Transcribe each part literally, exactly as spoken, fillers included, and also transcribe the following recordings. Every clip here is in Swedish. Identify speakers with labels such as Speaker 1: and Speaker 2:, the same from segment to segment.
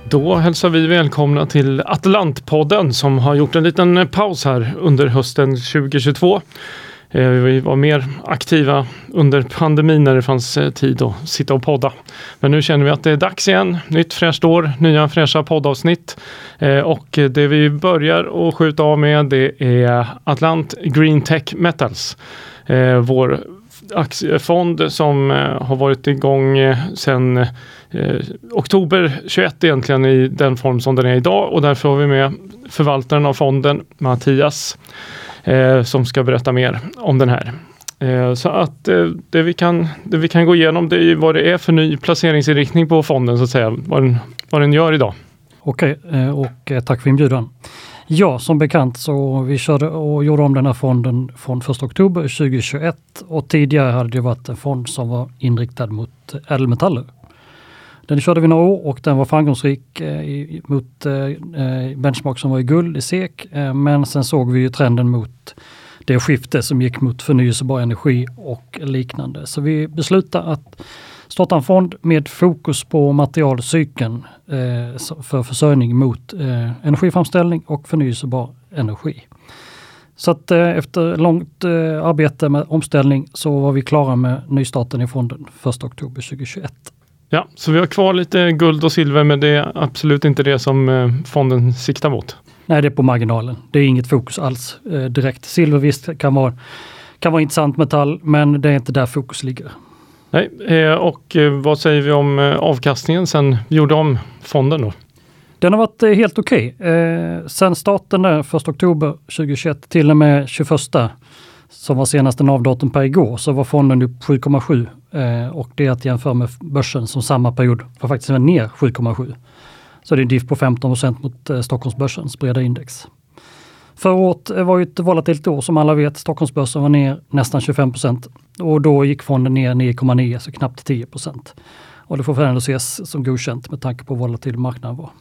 Speaker 1: Då hälsar vi välkomna till Atlantpodden som har gjort en liten paus här under hösten tjugohundratjugotvå. Vi var mer aktiva under pandemin när det fanns tid att sitta och podda. Men nu känner vi att det är dags igen. Nytt fräscht år, nya fräscha poddavsnitt. Och det vi börjar att skjuta av med, det är Atlant Green Tech Metals. Vår aktiefond som har varit igång sedan eh, oktober tjugoett egentligen i den form som den är idag, och därför har vi med förvaltaren av fonden, Mattias, eh, som ska berätta mer om den här. Eh, så att eh, det, vi kan, det vi kan gå igenom, det är vad det är för ny placeringsinriktning på fonden, så att säga, vad den, vad den gör idag.
Speaker 2: Okej, och tack för inbjudan. Ja, som bekant så vi körde och gjorde om den här fonden från första oktober tjugohundratjugoett, och tidigare hade det varit en fond som var inriktad mot ädelmetaller. Den körde vi några år och den var framgångsrik eh, mot eh, benchmark som var i guld i SEK, eh, men sen såg vi ju trenden mot det skifte som gick mot förnyelsebar energi och liknande. Så vi beslutade att starta en fond med fokus på materialcykeln eh, för försörjning mot eh, energiframställning och förnyelsebar energi. Så att eh, efter långt eh, arbete med omställning så var vi klara med nystarten i fonden första oktober tjugohundratjugoett.
Speaker 1: Ja, så vi har kvar lite guld och silver, men det är absolut inte det som eh, fonden siktar mot.
Speaker 2: Nej, det är på marginalen. Det är inget fokus alls eh, direkt. Silver visst kan vara, kan vara intressant metall, men det är inte där fokus ligger.
Speaker 1: Nej, och vad säger vi om avkastningen sen vi gjorde om fonden då?
Speaker 2: Den har varit helt okej. Okay. Eh, sen starten där första oktober tjugohundratjugoett till och med tjugoförsta, som var senaste navdatum per igår, så var fonden upp sju komma sju. Eh, och det är att jämföra med börsen som samma period var faktiskt ner sju komma sju. Så det är en diff på femton procent mot eh, Stockholmsbörsens breda index. Förra året var ju ett volatilt år som alla vet. Stockholmsbörsen var ner nästan tjugofem procent och då gick fonden ner nio komma nio, så knappt tio procent. Och det får ändå ses som godkänt med tanke på hur volatil marknaden var.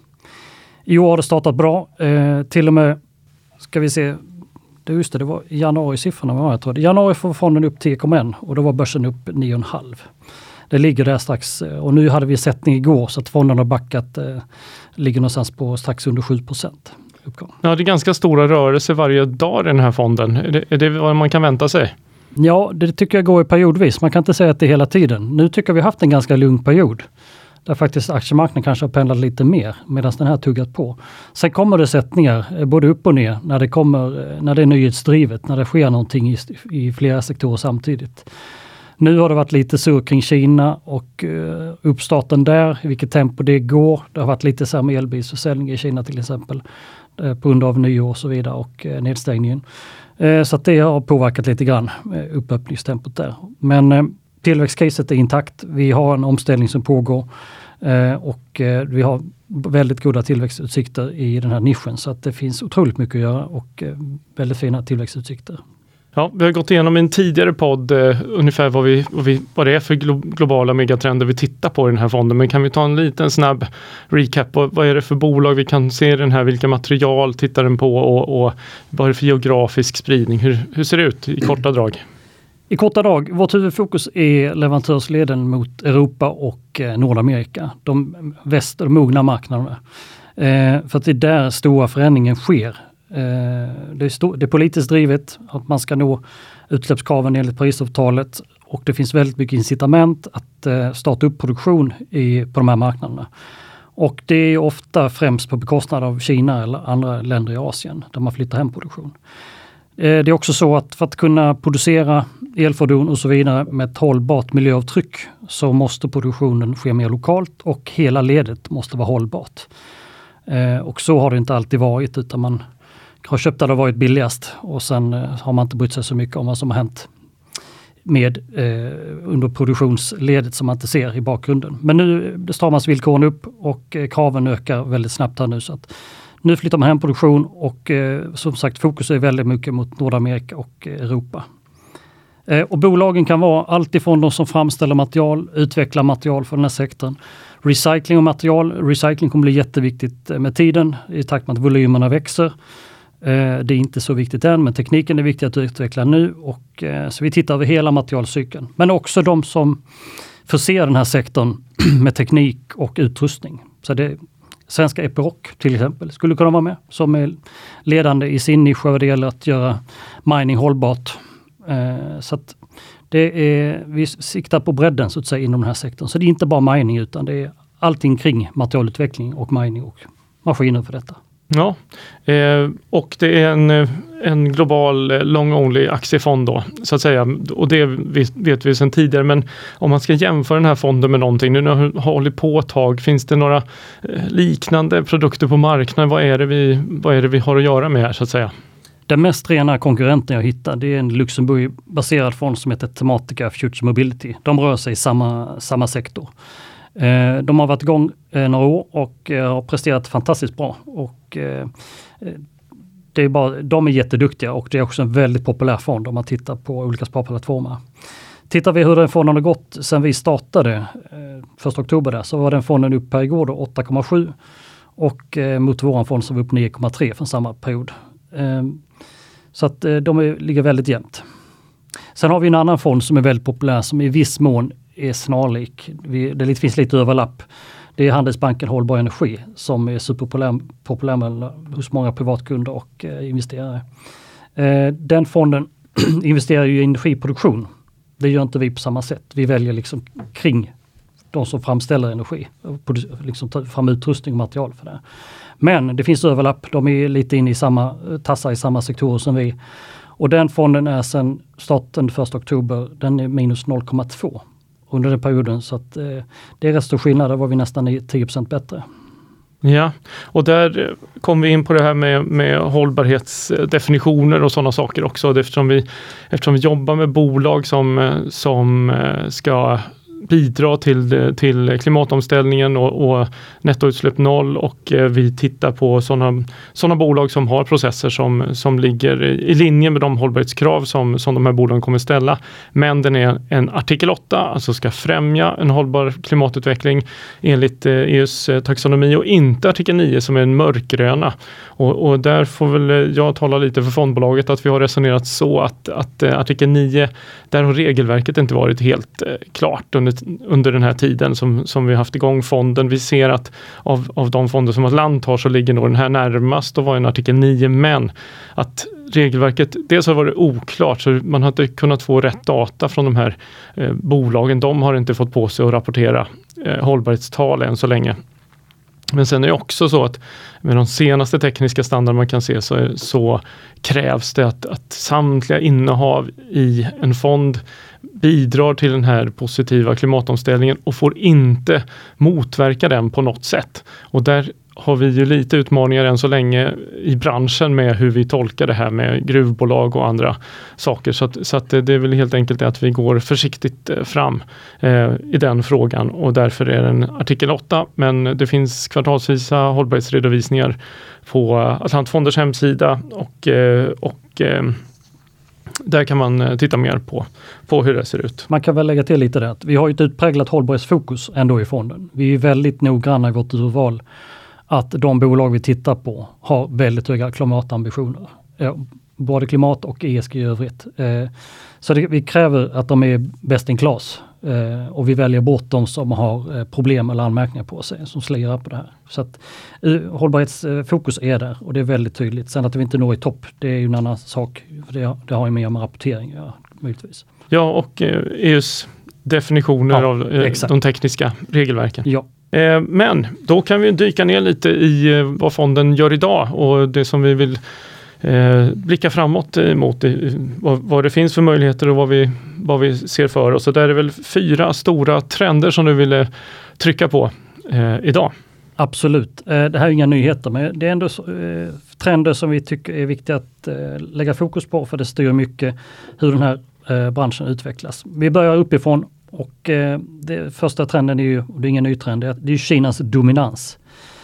Speaker 2: I år har det startat bra. Eh, till och med, ska vi se, det, just det, det var januari-siffrorna. Var jag tror. I januari får fonden upp tio komma ett och då var börsen upp nio komma fem. Det ligger där strax, och nu hade vi sättning igår så att fonden har backat, eh, ligger någonstans på strax under sju procent. Uppgång.
Speaker 1: Ja, det är ganska stora rörelser varje dag i den här fonden. Är det, är det vad man kan vänta sig?
Speaker 2: Ja, det tycker jag går i periodvis. Man kan inte säga att det är hela tiden. Nu tycker vi har haft en ganska lugn period. Där faktiskt aktiemarknaden kanske har pendlat lite mer medan den här tuggat på. Sen kommer det sättningar både upp och ner när det, kommer, när det är nyhetsdrivet, när det sker någonting i, i flera sektorer samtidigt. Nu har det varit lite sur kring Kina och uh, uppstarten där, i vilket tempo det går. Det har varit lite så här med elbilsförsäljning i Kina till exempel, uh, på grund av nyår och så vidare och uh, nedstängningen. Uh, så att det har påverkat lite grann uh, uppöppningstempot där. Men uh, tillväxtcaset är intakt. Vi har en omställning som pågår uh, och uh, vi har väldigt goda tillväxtutsikter i den här nischen, så att det finns otroligt mycket att göra och uh, väldigt fina tillväxtutsikter.
Speaker 1: Ja, vi har gått igenom en tidigare podd eh, ungefär vad, vi, vad, vi, vad det är för glo- globala megatrender vi tittar på i den här fonden. Men kan vi ta en liten snabb recap på vad är det för bolag vi kan se i den här, vilka material tittar den på och, och vad är det för geografisk spridning? Hur, hur ser det ut i korta drag?
Speaker 2: I korta drag, vårt huvudfokus är leverantörsleden mot Europa och eh, Nordamerika, de väst- och mogna marknaderna. Eh, för att det är där stora förändringen sker. Det är, stor, det är politiskt drivet att man ska nå utsläppskraven enligt Parisavtalet, och det finns väldigt mycket incitament att uh, starta upp produktion i, på de här marknaderna. Och det är ofta främst på bekostnad av Kina eller andra länder i Asien där man flyttar hem produktion. Uh, det är också så att för att kunna producera elfordon och så vidare med ett hållbart miljöavtryck så måste produktionen ske mer lokalt och hela ledet måste vara hållbart. Uh, och så har det inte alltid varit, utan man har köpt där det varit billigast och sen eh, har man inte brytt sig så mycket om vad som har hänt med eh, under produktionsledet som man inte ser i bakgrunden. Men nu stramas villkoren upp och eh, kraven ökar väldigt snabbt här nu, så att nu flyttar man hem produktion och eh, som sagt fokus är väldigt mycket mot Nordamerika och eh, Europa. Eh, och bolagen kan vara allt ifrån de som framställer material, utvecklar material för den här sektorn. Recycling och material, recycling kommer bli jätteviktigt med tiden i takt med att volymerna växer. Det är inte så viktigt än, men tekniken är viktig att utveckla nu, och så vi tittar över hela materialcykeln. Men också de som förser den här sektorn med teknik och utrustning. Så det Svenska Epiroc till exempel skulle kunna vara med som är ledande i sin nisch vad det gäller att göra mining hållbart. Eh, så att det är, vi siktar på bredden så att säga inom den här sektorn. Så det är inte bara mining utan det är allting kring materialutveckling och mining och maskiner för detta.
Speaker 1: Ja, eh, och det är en, en global long-only aktiefond då, så att säga. Och det vet vi sedan tidigare. Men om man ska jämföra den här fonden med någonting, nu har jag hållit på ett tag, finns det några liknande produkter på marknaden? Vad är det vi, vad är det vi har att göra med här så att säga?
Speaker 2: Den mest rena konkurrenten jag hittar, det är en Luxemburg-baserad fond som heter Tematica Future Mobility. De rör sig i samma, samma sektor. Eh, de har varit igång eh, några år och eh, har presterat fantastiskt bra. Och, eh, det är bara, de är jätteduktiga och det är också en väldigt populär fond om man tittar på olika sparplattformar. Tittar vi hur den fonden har gått sedan vi startade eh, första oktober där, så var den fonden upp per igår då åtta komma sju och eh, mot våran fond som var upp nio komma tre från samma period. Eh, så att eh, de är, ligger väldigt jämnt. Sen har vi en annan fond som är väldigt populär som i viss mån är snarlik. Vi, det finns lite överlapp. Det är Handelsbanken Hållbar Energi som är superpopulär populär hos många privatkunder och eh, investerare. Eh, den fonden investerar ju i energiproduktion. Det gör inte vi på samma sätt. Vi väljer liksom kring de som framställer energi. Liksom ta fram utrustning och material för det. Men det finns överlapp. De är lite inne i samma, tassar i samma sektorer som vi. Och den fonden är sedan starten första oktober, den är minus noll komma två under den perioden. Så att, eh, det är rätt stor skillnad, där var vi nästan tio procent bättre.
Speaker 1: Ja, och där kom vi in på det här med, med hållbarhetsdefinitioner och sådana saker också. Eftersom vi, eftersom vi jobbar med bolag som, som ska bidra till, till klimatomställningen och, och nettoutsläpp noll, och eh, vi tittar på sådana sådana bolag som har processer som, som ligger i, i linje med de hållbarhetskrav som, som de här bolagen kommer ställa. Men den är en artikel åtta, alltså ska främja en hållbar klimatutveckling enligt eh, E U:s eh, taxonomi, och inte artikel nio som är en mörkgröna. Och, och där får väl jag tala lite för fondbolaget att vi har resonerat så att, att eh, artikel nio, där har regelverket inte varit helt eh, klart under, under den här tiden som, som vi har haft igång fonden. Vi ser att av, av de fonder som Atlant har så ligger nog den här närmast att vara en artikel nio, men att regelverket, dels har varit oklart så man har inte kunnat få rätt data från de här eh, bolagen. De har inte fått på sig att rapportera eh, hållbarhetstal än så länge. Men sen är det också så att med de senaste tekniska standarder man kan se så, så krävs det att, att samtliga innehav i en fond bidrar till den här positiva klimatomställningen och får inte motverka den på något sätt. Och där har vi ju lite utmaningar än så länge i branschen med hur vi tolkar det här med gruvbolag och andra saker. Så att, så att det är väl helt enkelt det att vi går försiktigt fram eh, i den frågan, och därför är den artikel åtta. Men det finns kvartalsvisa hållbarhetsredovisningar på Atlantfonders hemsida, och, eh, och eh, där kan man titta mer på, på hur det ser ut.
Speaker 2: Man kan väl lägga till lite där att vi har ett utpräglat hållbarhetsfokus ändå i fonden. Vi är väldigt noggranna i vårt urval att de bolag vi tittar på har väldigt höga klimatambitioner. Både klimat och E S G i övrigt. Så det, vi kräver att de är best in class. Och vi väljer bort de som har problem eller anmärkningar på sig, som slirar på det här. Så att hållbarhetsfokus är där, och det är väldigt tydligt. Sen att vi inte når i topp, det är ju en annan sak. Det, det har ju mer med rapportering att göra, möjligtvis.
Speaker 1: Ja, och E U:s definitioner ja, av eh, de tekniska regelverken.
Speaker 2: Ja.
Speaker 1: Men då kan vi dyka ner lite i vad fonden gör idag, och det som vi vill eh, blicka framåt emot, vad, vad det finns för möjligheter och vad vi, vad vi ser för oss. Så där är väl fyra stora trender som du ville trycka på eh, idag.
Speaker 2: Absolut. Eh, det här är inga nyheter, men det är ändå så, eh, trender som vi tycker är viktiga att eh, lägga fokus på, för det styr mycket hur den här eh, branschen utvecklas. Vi börjar uppifrån. Och eh, det första trenden är ju, och det är ingen ny trend, det är, det är Kinas dominans.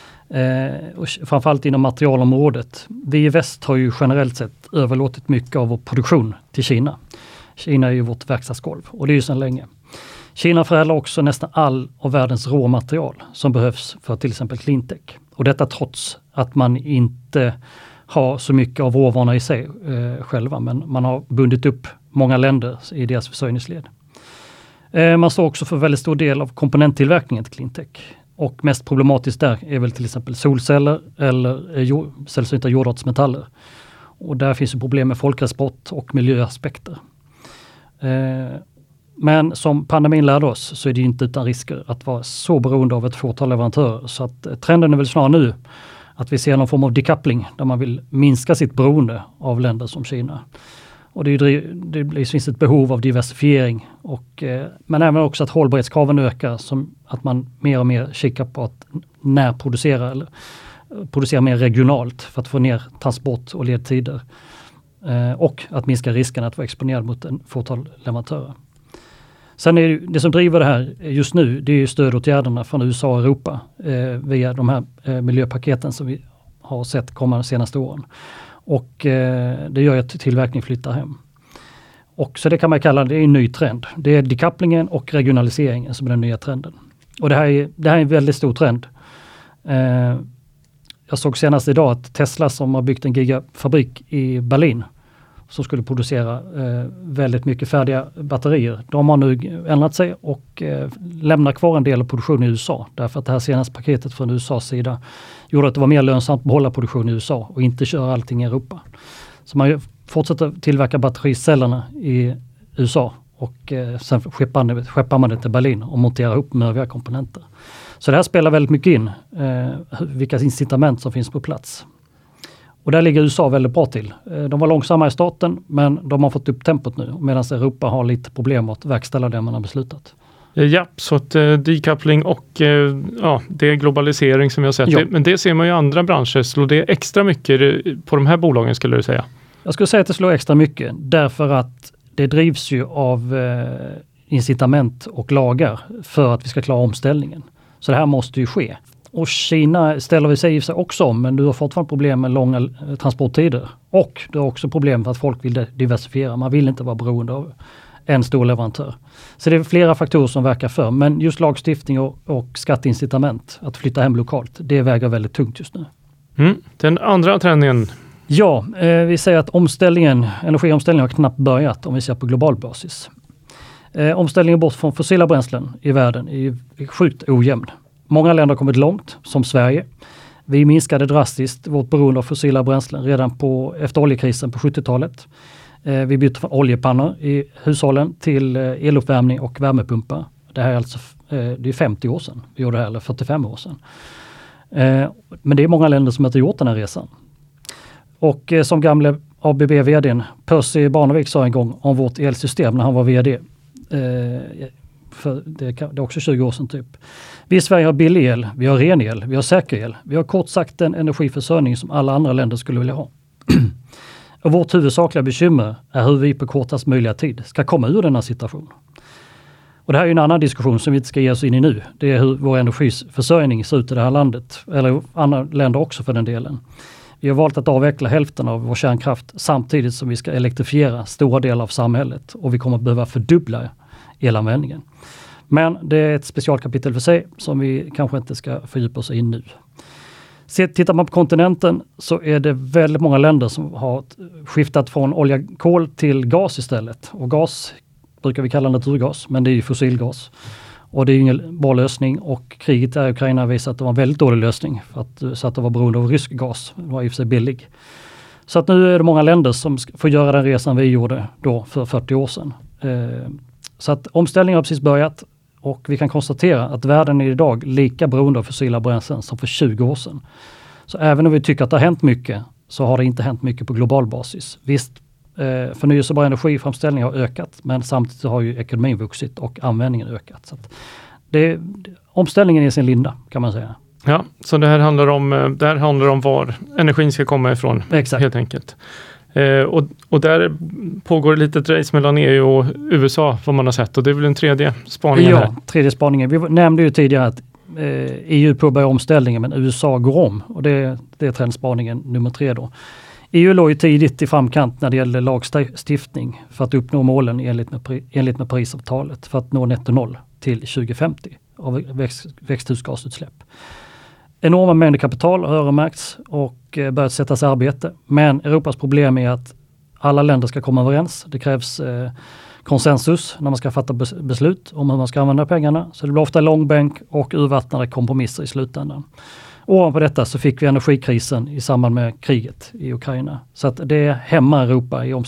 Speaker 2: Eh, och framförallt inom materialområdet. Vi i väst har ju generellt sett överlåtit mycket av vår produktion till Kina. Kina är ju vårt verkstadsgolv, och det är ju sedan länge. Kina förädlar också nästan all av världens råmaterial som behövs för till exempel cleantech. Och detta trots att man inte har så mycket av råvarorna i sig eh, själva, men man har bundit upp många länder i deras försörjningsled. Man står också för väldigt stor del av komponenttillverkningen till cleantech. Och mest problematiskt där är väl till exempel solceller eller jord, sällsynta jordartsmetaller. Och där finns ju problem med folkrättsbrott och miljöaspekter. Eh, men som pandemin lärde oss så är det inte utan risker att vara så beroende av ett fåtal leverantörer. Så att eh, trenden är väl snarare nu att vi ser någon form av decoupling där man vill minska sitt beroende av länder som Kina. Och det, är ju, det finns ett behov av diversifiering. Och, eh, men även också att hållbarhetskraven ökar, som att man mer och mer kikar på att närproducera eller producera mer regionalt för att få ner transport- och ledtider. Eh, och att minska risken att vara exponerad mot en fåtal leverantörer. Sen är det, det som driver det här just nu, det är ju stödåtgärderna från U S A och Europa eh, via de här eh, miljöpaketen som vi har sett komma de senaste åren. Och eh, det gör att tillverkning flyttar hem. Och så det kan man kalla det är en ny trend. Det är decouplingen och regionaliseringen som är den nya trenden. Och det här är, det här är en väldigt stor trend. Eh, jag såg senast idag att Tesla som har byggt en gigafabrik i Berlin som skulle producera eh, väldigt mycket färdiga batterier. De har nu ändrat sig och eh, lämnar kvar en del av produktionen i U S A. Därför att det här senaste paketet från U S A:s sida gjorde att det var mer lönsamt att behålla produktion i U S A och inte köra allting i Europa. Så man fortsätter tillverka battericellerna i U S A och eh, sen skeppar, skeppar man det till Berlin och monterar ihop med övriga komponenter. Så det här spelar väldigt mycket in eh, vilka incitament som finns på plats. Och där ligger U S A väldigt bra till. De var långsamma i starten, men de har fått upp tempot nu. Medan Europa har lite problem att verkställa det man har beslutat.
Speaker 1: Ja, så att eh, decoupling och eh, ja, det är globalisering som jag har sett.
Speaker 2: Ja.
Speaker 1: Det, men det ser man ju i andra branscher. Slår det extra mycket på de här bolagen, skulle du säga?
Speaker 2: Jag skulle säga att det slår extra mycket. Därför att det drivs ju av eh, incitament och lagar för att vi ska klara omställningen. Så det här måste ju ske. Och Kina ställer vi sig också om, men du har fortfarande problem med långa transporttider. Och du har också problem för att folk vill diversifiera. Man vill inte vara beroende av en stor leverantör. Så det är flera faktorer som verkar för. Men just lagstiftning och, och skatteincitament, att flytta hem lokalt, det väger väldigt tungt just nu.
Speaker 1: Mm. Den andra trenden?
Speaker 2: Ja, eh, vi säger att omställningen, energiomställningen har knappt börjat om vi ser på global basis. Eh, omställningen bort från fossila bränslen i världen är, är sjukt ojämn. Många länder har kommit långt, som Sverige. Vi minskade drastiskt vårt beroende av fossila bränslen redan på, efter oljekrisen på sjuttiotalet. Eh, vi bytte från oljepannor i hushållen till eh, eluppvärmning och värmepumpar. Det här är alltså eh, det är femtio år sedan vi gjorde det här, eller fyrtiofem år sedan. Eh, men det är många länder som inte gjort den här resan. Och eh, som gamle A B B-vdn Percy Barnevik sa en gång om vårt elsystem när han var vd. Eh, för det, det är också tjugo år sedan typ. Vi i Sverige har billig el, vi har ren el, vi har säker el. Vi har kort sagt en energiförsörjning som alla andra länder skulle vilja ha. Och vårt huvudsakliga bekymmer är hur vi på kortast möjliga tid ska komma ur denna situation. Och det här är en annan diskussion som vi inte ska ge oss in i nu. Det är hur vår energiförsörjning ser ut i det här landet, eller andra länder också för den delen. Vi har valt att avveckla hälften av vår kärnkraft samtidigt som vi ska elektrifiera stora delar av samhället och vi kommer att behöva fördubbla elanvändningen. Men det är ett specialkapitel för sig som vi kanske inte ska fördjupa oss i nu. Så tittar man på kontinenten så är det väldigt många länder som har skiftat från olja och kol till gas istället. Och gas brukar vi kalla naturgas, men det är ju fossilgas. Och det är ju ingen bra lösning och kriget i Ukraina visar att det var en väldigt dålig lösning för att, så att det var beroende av rysk gas. Det var i och för sig billig. Så att nu är det många länder som får göra den resan vi gjorde då för fyrtio år sedan. Eh, så att omställningen har precis börjat och vi kan konstatera att världen är idag lika beroende av fossila bränslen som för tjugo år sedan. Så även om vi tycker att det har hänt mycket så har det inte hänt mycket på global basis. Visst, eh, förnyelsebar energiframställning har ökat men samtidigt har ju ekonomin vuxit och användningen ökat. Så att det, omställningen är sin linda kan man säga.
Speaker 1: Ja, så det här handlar om, det här handlar om var energin ska komma ifrån.
Speaker 2: Exakt.
Speaker 1: Helt enkelt. Eh, och, och där pågår lite ett race mellan E U och U S A vad man har sett och det är väl en tredje spaning
Speaker 2: ja,
Speaker 1: här.
Speaker 2: Ja, tredje spaningen. Vi nämnde ju tidigare att eh, E U påbörjar omställningen men U S A går om och det, det är trendspaningen nummer tre då. E U låg ju tidigt i framkant när det gäller lagstiftning för att uppnå målen enligt med, enligt med Parisavtalet för att nå netto noll till tjugo femtio av växt, växthusgasutsläpp. Enorma mängder kapital har öronmärkts och eh, börjat sättas i arbete. Men Europas problem är att alla länder ska komma överens. Det krävs eh, konsensus när man ska fatta beslut om hur man ska använda pengarna. Så det blir ofta långbänk och urvattnade kompromisser i slutändan. Ovanpå detta så fick vi energikrisen i samband med kriget i Ukraina. Så att det hämmar Europa i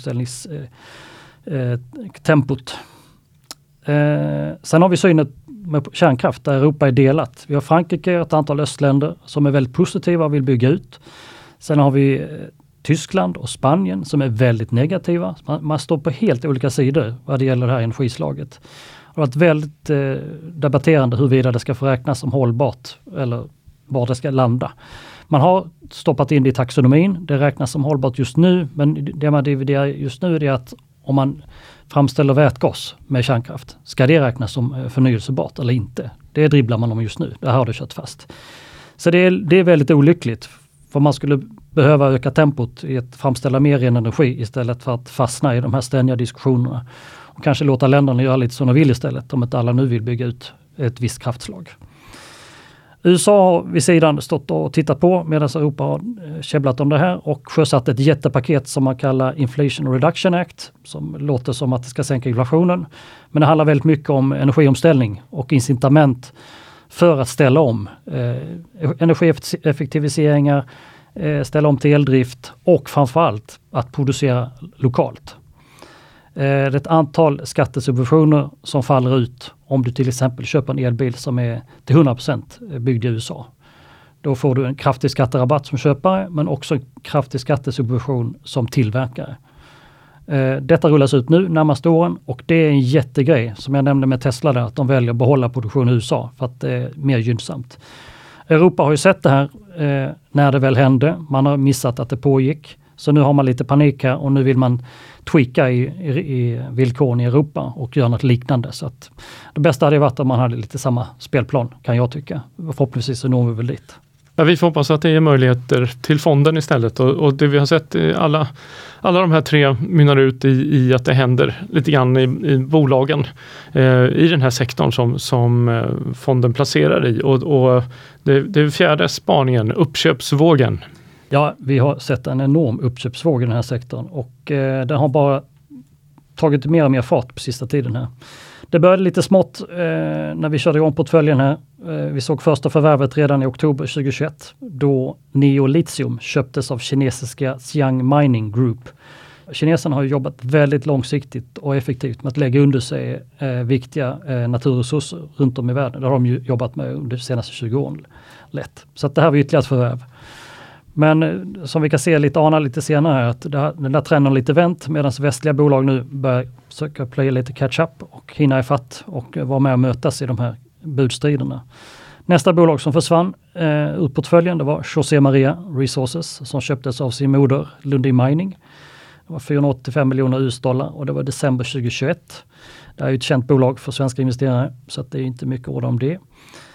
Speaker 2: omställningstempot. Eh, eh, sen har vi synen med kärnkraft där Europa är delat. Vi har Frankrike och ett antal östländer som är väldigt positiva och vill bygga ut. Sen har vi eh, Tyskland och Spanien som är väldigt negativa. Man, man står på helt olika sidor vad det gäller det här energislaget. Det har varit väldigt eh, debatterande huruvida det ska få räknas som hållbart eller var det ska landa. Man har stoppat in det i taxonomin. Det räknas som hållbart just nu, men det man dividerar just nu är att om man framställer vätgas med kärnkraft, ska det räknas som förnyelsebart eller inte? Det dribblar man om just nu. Det här har det kört fast. Så det är, det är väldigt olyckligt, för man skulle behöva öka tempot i att framställa mer ren energi istället för att fastna i de här ständiga diskussionerna. Och kanske låta länderna göra lite som de vill istället, om inte alla nu vill bygga ut ett visst kraftslag. U S A har vid sidan stått och tittat på medan Europa har käbblat om det här och sjösatt ett jättepaket som man kallar Inflation Reduction Act, som låter som att det ska sänka inflationen. Men det handlar väldigt mycket om energiomställning och incitament för att ställa om. Eh, energieffektiviseringar, eh, ställa om till eldrift och framförallt att producera lokalt. Eh, det är ett antal skattesubventioner som faller ut om du till exempel köper en elbil som är till hundra procent byggd i U S A. Då får du en kraftig skatterabatt som köpare, men också en kraftig skattesubvention som tillverkare. Eh, detta rullas ut nu närmaste åren och det är en jättegrej som jag nämnde med Tesla där, att de väljer att behålla produktion i U S A för att det är mer gynnsamt. Europa har ju sett det här eh, när det väl hände. Man har missat att det pågick. Så nu har man lite panik här och nu vill man tweaka i, i, i villkoren i Europa och göra något liknande. Så att det bästa hade varit om man hade lite samma spelplan, kan jag tycka. Förhoppningsvis så når vi väl dit.
Speaker 1: Ja, vi får hoppas att det är möjligheter till fonden istället och, och det vi har sett, alla, alla de här tre mynnar ut i, i att det händer lite grann i, i bolagen eh, i den här sektorn som, som eh, fonden placerar i och, och det, det är fjärde spaningen, uppköpsvågen.
Speaker 2: Ja, vi har sett en enorm uppköpsvåg i den här sektorn och eh, den har bara tagit mer och mer fart på sista tiden här. Det började lite smått eh, när vi körde igång portföljen här. Eh, vi såg första förvärvet redan i oktober tjugohundratjugoett då Neolithium köptes av kinesiska Xiang Mining Group. Kineserna har jobbat väldigt långsiktigt och effektivt med att lägga under sig eh, viktiga eh, naturresurser runt om i världen. Det har de ju jobbat med under de senaste tjugo åren lätt. Så att det här var ytterligare ett förvärv. Men som vi kan se lite ana lite senare här, att den där trenden har lite vänt medan västliga bolag nu börjar söka playa lite catch-up och hinna ifatt och vara med och mötas i de här budstriderna. Nästa bolag som försvann eh, ur portföljen, det var José Maria Resources som köptes av sin moder Lundin Mining. Det var fyrahundraåttiofem miljoner U S-dollar och det var december tjugohundratjugoett. Det är ju ett känt bolag för svenska investerare så att det är inte mycket ord om det.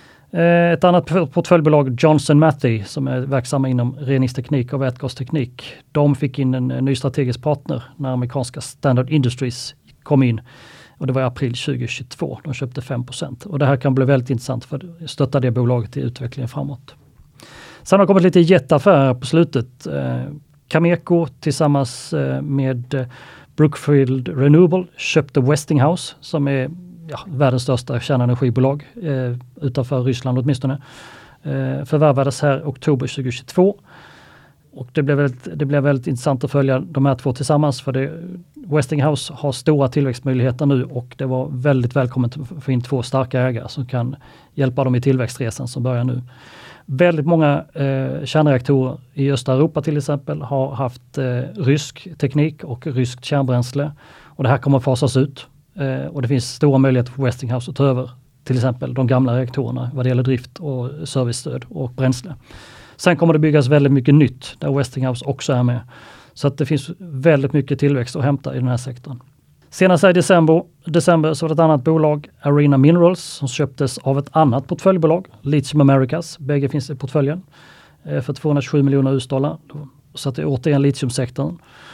Speaker 2: Ett annat portföljbolag, Johnson Matthey, som är verksamma inom reningsteknik och vätgasteknik. De fick in en ny strategisk partner när amerikanska Standard Industries kom in. Och det var i april tjugohundratjugotvå. De köpte fem procent. Och det här kan bli väldigt intressant för att stötta det bolaget i utvecklingen framåt. Sen har det kommit lite jätteaffärer på slutet. Cameco tillsammans med Brookfield Renewable köpte Westinghouse som är Ja, världens största kärnenergibolag eh, utanför Ryssland åtminstone. Eh, förvärvades här oktober tjugohundratjugotvå. Och det blev, väldigt, det blev väldigt intressant att följa de här två tillsammans för det, Westinghouse har stora tillväxtmöjligheter nu och det var väldigt välkommet att få in två starka ägare som kan hjälpa dem i tillväxtresan som börjar nu. Väldigt många eh, kärnreaktorer i östra Europa till exempel har haft eh, rysk teknik och ryskt kärnbränsle och det här kommer att fasas ut. Uh, och det finns stora möjligheter för Westinghouse att ta över till exempel de gamla reaktorerna vad det gäller drift och servicestöd och bränsle. Sen kommer det byggas väldigt mycket nytt där Westinghouse också är med. Så att det finns väldigt mycket tillväxt att hämta i den här sektorn. Senast i december, december så var det ett annat bolag, Arena Minerals, som köptes av ett annat portföljbolag, Lithium Americas. Bägge finns i portföljen uh, för tvåhundratjugosju miljoner U S-dollar. Så att det är återigen litiumsektorn.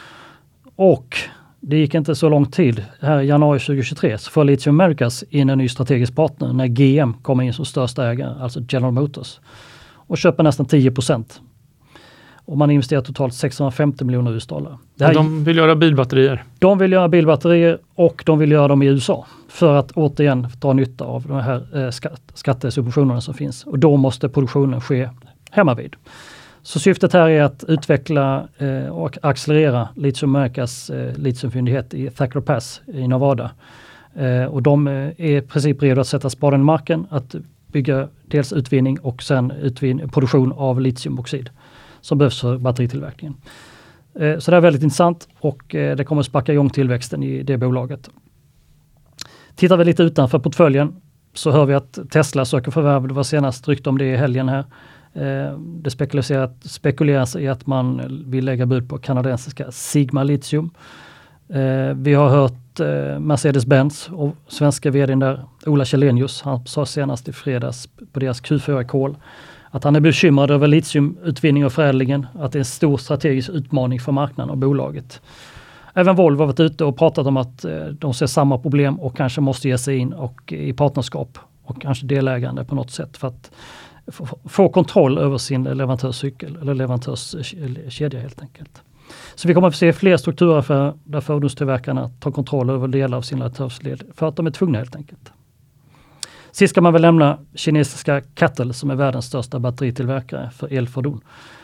Speaker 2: Och det gick inte så lång tid. Här i januari tjugohundratjugotre så får Lithium Americas in en ny strategisk partner när G M kommer in som största ägare, alltså General Motors. Och köper nästan tio procent. Och man investerar totalt sexhundrafemtio miljoner U S-dollar. Det här,
Speaker 1: de vill göra bilbatterier.
Speaker 2: De vill göra bilbatterier och de vill göra dem i U S A. För att återigen dra nytta av de här eh, skatt, skattesubventionerna som finns. Och då måste produktionen ske hemma vid. Så syftet här är att utveckla eh, och accelerera Lithium Americas eh, litiumfyndighet i Thacker Pass i Nevada. Eh, och de eh, är i princip redo att sätta spaden i marken, att bygga dels utvinning och sen utvin- produktion av litiumoxid som behövs för batteritillverkningen. Eh, så det är väldigt intressant och eh, det kommer att sparka igång tillväxten i det bolaget. Tittar vi lite utanför portföljen så hör vi att Tesla söker förvärv. Det var senast rykte om det i helgen här. Eh, det spekuleras, spekuleras i att man vill lägga bud på kanadensiska Sigma Lithium. Eh, vi har hört eh, Mercedes-Benz och svenska vdn där, Ola Källenius, han sa senast i fredags på deras Q fyra-call att han är bekymrad över litiumutvinning och förädlingen, att det är en stor strategisk utmaning för marknaden och bolaget. Även Volvo har varit ute och pratat om att eh, de ser samma problem och kanske måste ge sig in och, i partnerskap och kanske delägande på något sätt för att f- få kontroll över sin leverantörscykel eller leverantörskedja helt enkelt. Så vi kommer att se fler strukturaffärer där fordonstillverkarna tar kontroll över delar av sin leverantörsled för att de är tvungna helt enkelt. Sist ska man väl lämna kinesiska Cattle som är världens största batteritillverkare för elfordon.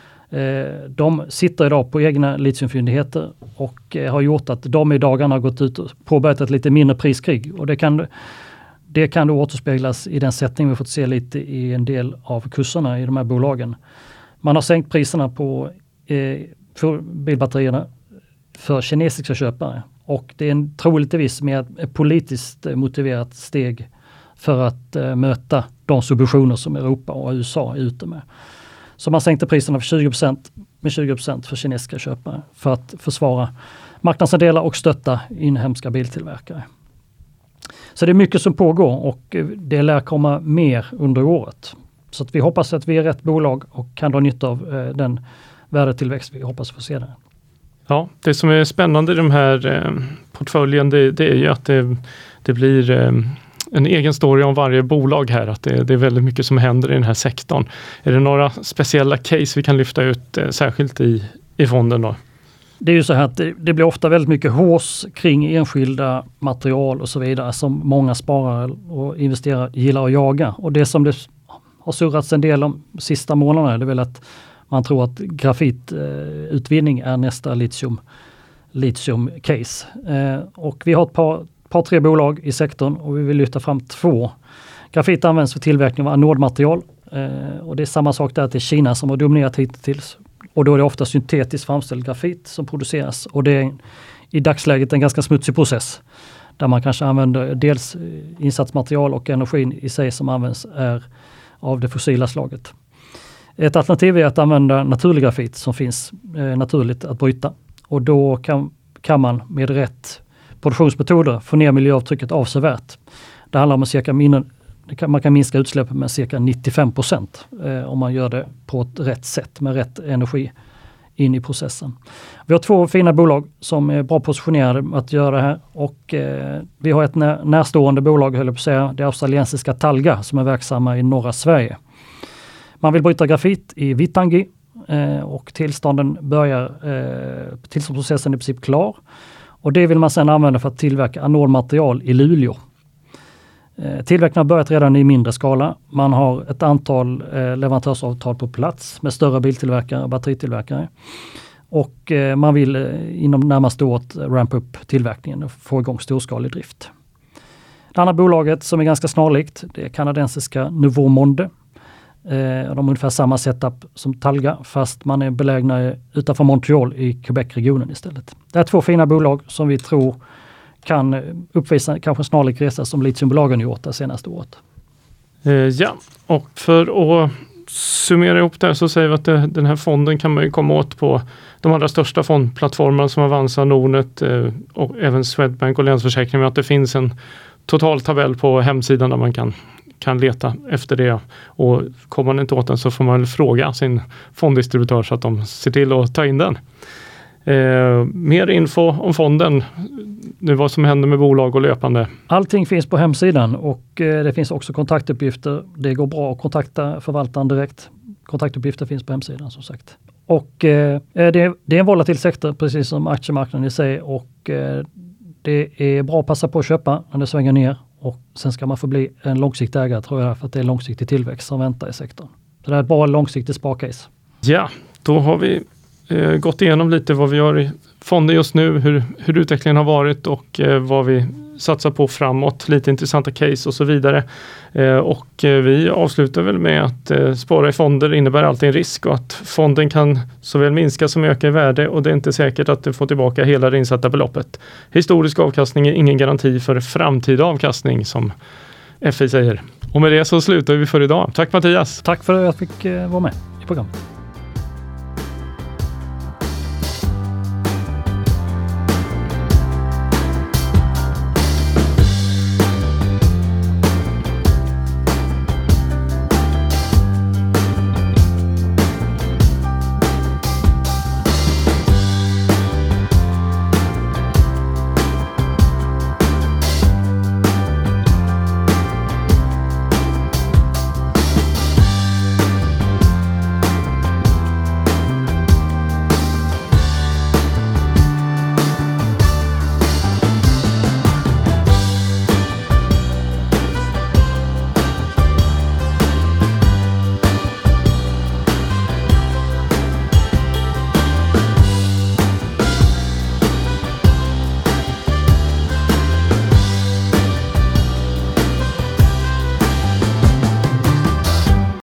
Speaker 2: De sitter idag på egna litiumfyndigheter och har gjort att de i dagarna har gått ut och påbörjat ett lite mindre priskrig. Och det kan, det kan då återspeglas i den sättning vi fått se lite i en del av kurserna i de här bolagen. Man har sänkt priserna på eh, för bilbatterierna för kinesiska köpare. Och det är en troligtvis med ett politiskt motiverat steg för att eh, möta de subventioner som Europa och U S A är ute med. Så man sänkte priserna för tjugo procent med tjugo procent för kinesiska köpare för att försvara marknadsandelar och stötta inhemska biltillverkare. Så det är mycket som pågår och det lär komma mer under året. Så att vi hoppas att vi är rätt bolag och kan dra nytta av eh, den värdetillväxt vi hoppas få se där.
Speaker 1: Ja, det som är spännande i de här eh, portföljen det, det är ju att det, det blir eh, en egen story om varje bolag här, att det, det är väldigt mycket som händer i den här sektorn. Är det några speciella case vi kan lyfta ut eh, särskilt i, i fonden då?
Speaker 2: Det är ju så här att det, det blir ofta väldigt mycket hås kring enskilda material och så vidare som många sparare och investerare gillar att jaga. Och det som det har surrats en del om sista månaderna är det väl att man tror att grafitutvinning är nästa litium, litium case. Eh, och vi har ett par par tre bolag i sektorn och vi vill lyfta fram två. Grafit används för tillverkning av anodmaterial eh, och det är samma sak där, att det är Kina som har dominerat hittills. Och då är det ofta syntetiskt framställd grafit som produceras och det är i dagsläget en ganska smutsig process där man kanske använder dels insatsmaterial och energin i sig som används är av det fossila slaget. Ett alternativ är att använda naturlig grafit som finns eh, naturligt att bryta och då kan, kan man med rätt produktionsmetoder få ner miljöavtrycket avsevärt. Det handlar om att cirka min, man kan minska utsläppen med cirka nittiofem procent eh, om man gör det på ett rätt sätt med rätt energi in i processen. Vi har två fina bolag som är bra positionerade att göra det här och eh, vi har ett när, närstående bolag, höll jag på att säga, det australiensiska Talga som är verksamma i norra Sverige. Man vill bryta grafit i Vittangi eh, och tillstånden börjar, eh, tillståndsprocessen är i princip klar. Och det vill man sedan använda för att tillverka anodmaterial i Luleå. Eh, tillverkningen har börjat redan i mindre skala. Man har ett antal eh, leverantörsavtal på plats med större biltillverkare och batteritillverkare. Och eh, man vill eh, inom närmaste året rampa upp tillverkningen och få igång storskalig drift. Det andra bolaget som är ganska snarlikt, det är kanadensiska Nouveau Monde. Eh, de har ungefär samma setup som Talga fast man är belägna utanför Montreal i Quebec-regionen istället. Det är två fina bolag som vi tror kan uppvisa kanske snarlik resa som litiumbolagen gjort det senaste året.
Speaker 1: Eh, ja, och för att summera ihop det här så säger vi att det, den här fonden kan man ju komma åt på de allra största fondplattformarna som Avanza, Nordnet eh, och även Swedbank och Länsförsäkring, med att det finns en total tabell på hemsidan där man kan kan leta efter det, och kommer man inte åt den så får man väl fråga sin fonddistributör så att de ser till att ta in den. Eh, mer info om fonden, nu vad som händer med bolag och löpande.
Speaker 2: Allting finns på hemsidan och eh, det finns också kontaktuppgifter. Det går bra att kontakta förvaltaren direkt. Kontaktuppgifter finns på hemsidan som sagt. Och eh, det, det är en volatil sektor, precis som aktiemarknaden i sig. Och eh, det är bra att passa på att köpa när det svänger ner. Och sen ska man få bli en långsiktig ägare, tror jag, för att det är långsiktig tillväxt som väntar i sektorn. Så det är ett bra långsiktigt sparcase.
Speaker 1: Ja, då har vi eh, gått igenom lite vad vi gör i fonder just nu, hur, hur utvecklingen har varit och eh, vad vi satsar på framåt, lite intressanta case och så vidare. Eh, och eh, vi avslutar väl med att eh, spara i fonder innebär alltid en risk och att fonden kan såväl minska som öka i värde och det är inte säkert att du får tillbaka hela det insatta beloppet. Historisk avkastning är ingen garanti för framtida avkastning som F I säger. Och med det så slutar vi för idag. Tack Mattias!
Speaker 2: Tack för att jag fick eh, vara med i programmet.